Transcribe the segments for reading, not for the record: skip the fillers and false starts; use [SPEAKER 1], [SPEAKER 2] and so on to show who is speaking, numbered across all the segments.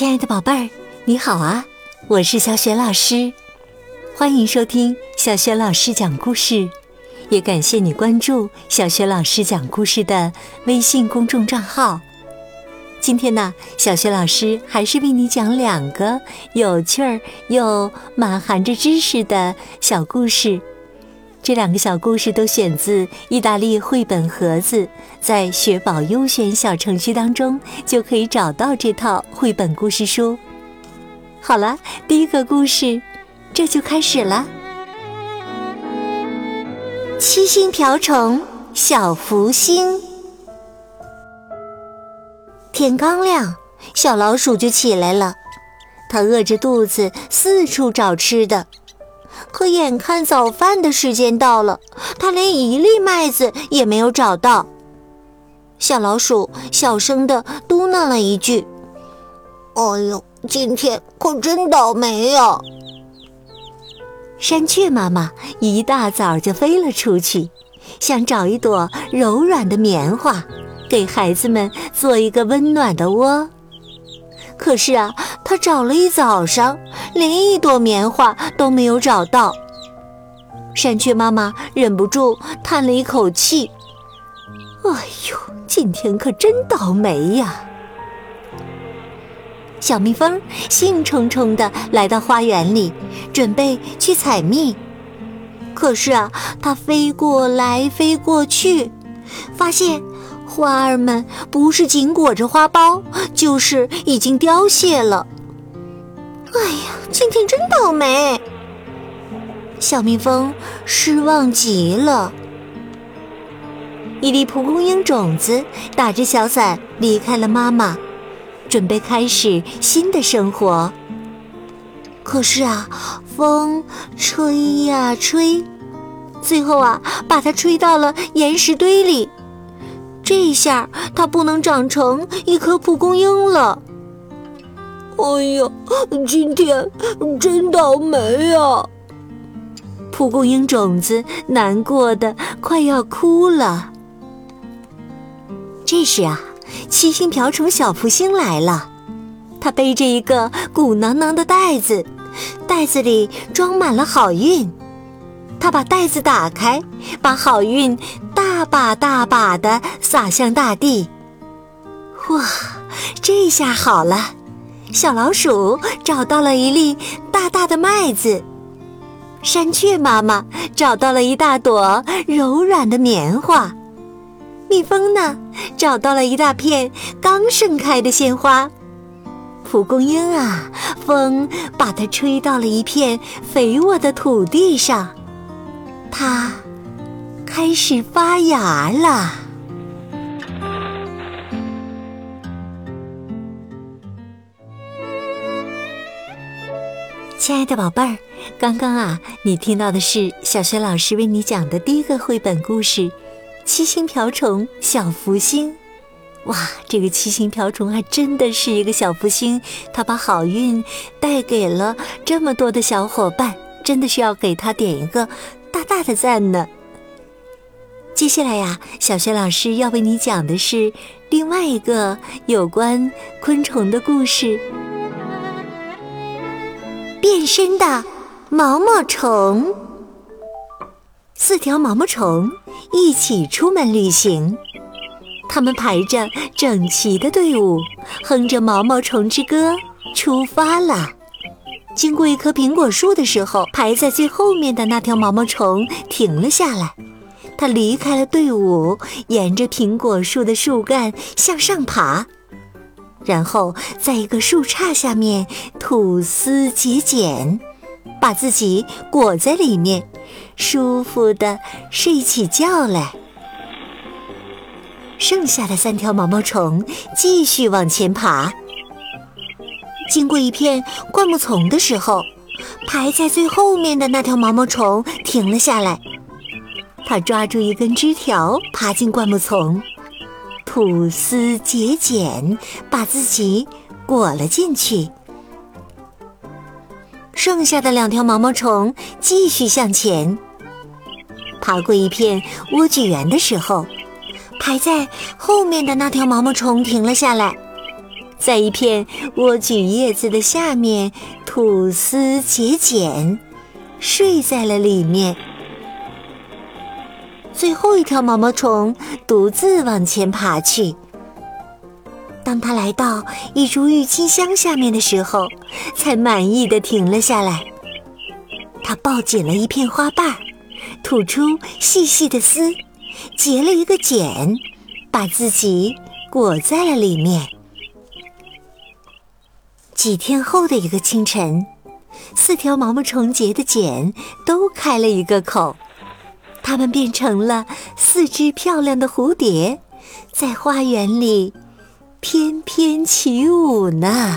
[SPEAKER 1] 亲爱的宝贝儿，你好啊，我是小雪老师，欢迎收听小雪老师讲故事，也感谢你关注小雪老师讲故事的微信公众账号。今天呢，小雪老师还是为你讲2个有趣儿又满含着知识的小故事。这2个小故事都选自意大利绘本盒子，在学宝优选小程序当中就可以找到这套绘本故事书。好了，第一个故事这就开始了。七星瓢虫小福星。天刚亮，小老鼠就起来了，它饿着肚子四处找吃的。可眼看早饭的时间到了，它连一粒麦子也没有找到。小老鼠小声地嘟囔了一句：“哎呦，今天可真倒霉呀！”山雀妈妈一大早就飞了出去，想找一朵柔软的棉花，给孩子们做一个温暖的窝。可是啊，她找了一早上，连一朵棉花都没有找到。山雀妈妈忍不住叹了一口气：“哎呦，今天可真倒霉呀！”小蜜蜂兴冲冲地来到花园里，准备去采蜜。可是啊，它飞过来飞过去，发现花儿们不是紧裹着花苞，就是已经凋谢了。哎呀，今天真倒霉！小蜜蜂失望极了。一粒蒲公英种子打着小伞离开了妈妈，准备开始新的生活。可是啊，风吹呀吹，最后啊，把它吹到了岩石堆里。这下它不能长成一颗蒲公英了。哎呀，今天真倒霉呀！蒲公英种子难过的快要哭了。这时啊，七星瓢虫小福星来了，他背着一个鼓囊囊的袋子，袋子里装满了好运。他把袋子打开，把好运大把大把地洒向大地。哇，这下好了，小老鼠找到了一粒大大的麦子，山雀妈妈找到了一大朵柔软的棉花，蜜蜂呢，找到了一大片刚盛开的鲜花。蒲公英啊，风把它吹到了一片肥沃的土地上，它开始发芽了。亲爱的宝贝儿，刚刚啊，你听到的是小雪老师为你讲的第一个绘本故事《七星瓢虫小福星》。哇，这个七星瓢虫还真的是一个小福星，它把好运带给了这么多的小伙伴，真的是要给它点一个大大的赞呢。接下来呀，小雪老师要为你讲的是另外一个有关昆虫的故事。变身的毛毛虫。4条毛毛虫一起出门旅行，它们排着整齐的队伍，哼着毛毛虫之歌出发了。经过一棵苹果树的时候，排在最后面的那条毛毛虫停了下来，它离开了队伍，沿着苹果树的树干向上爬，然后在一个树杈下面吐丝结茧，把自己裹在里面，舒服地睡起觉来。剩下的3条毛毛虫继续往前爬，经过一片灌木丛的时候，排在最后面的那条毛毛虫停了下来，它抓住一根枝条爬进灌木丛，吐丝结茧，把自己裹了进去。剩下的2条毛毛虫继续向前，爬过一片莴苣园的时候，排在后面的那条毛毛虫停了下来， 在一片莴苣叶子的下面吐丝结茧，睡在了里面。最后一条毛毛虫独自往前爬去。当它来到一株郁金香下面的时候，才满意地停了下来。它抱紧了一片花瓣，吐出细细的丝，结了一个茧，把自己裹在了里面。几天后的一个清晨，4条毛毛虫结的茧都开了一个口，它们变成了4只漂亮的蝴蝶，在花园里翩翩起舞呢。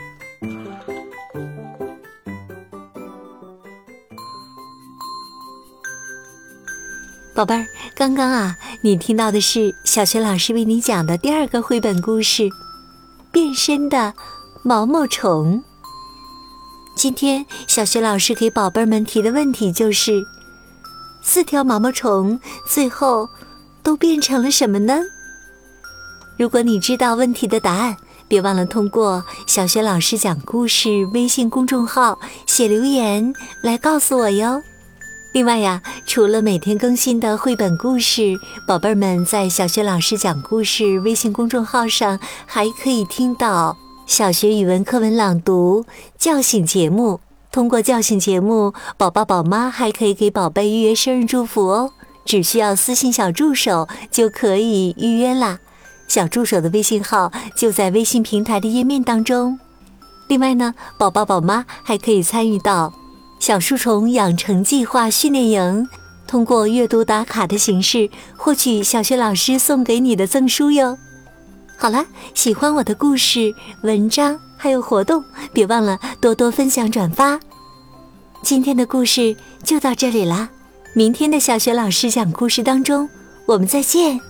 [SPEAKER 1] 宝贝儿，刚刚你听到的是小学老师为你讲的第2个绘本故事，变身的毛毛虫。今天小学老师给宝贝们提的问题就是，4条毛毛虫最后都变成了什么呢？如果你知道问题的答案，别忘了通过小学老师讲故事微信公众号写留言来告诉我哟。另外呀，除了每天更新的绘本故事，宝贝们在小学老师讲故事微信公众号上还可以听到小学语文课文朗读、叫醒节目。通过叫醒节目，宝宝宝妈还可以给宝贝预约生日祝福哦，只需要私信小助手就可以预约啦。小助手的微信号就在微信平台的页面当中。另外呢，宝宝宝妈还可以参与到小树虫养成计划训练营，通过阅读打卡的形式获取小学老师送给你的赠书哟。好了，喜欢我的故事、文章还有活动，别忘了多多分享转发。今天的故事就到这里啦，明天的小学老师讲故事当中，我们再见。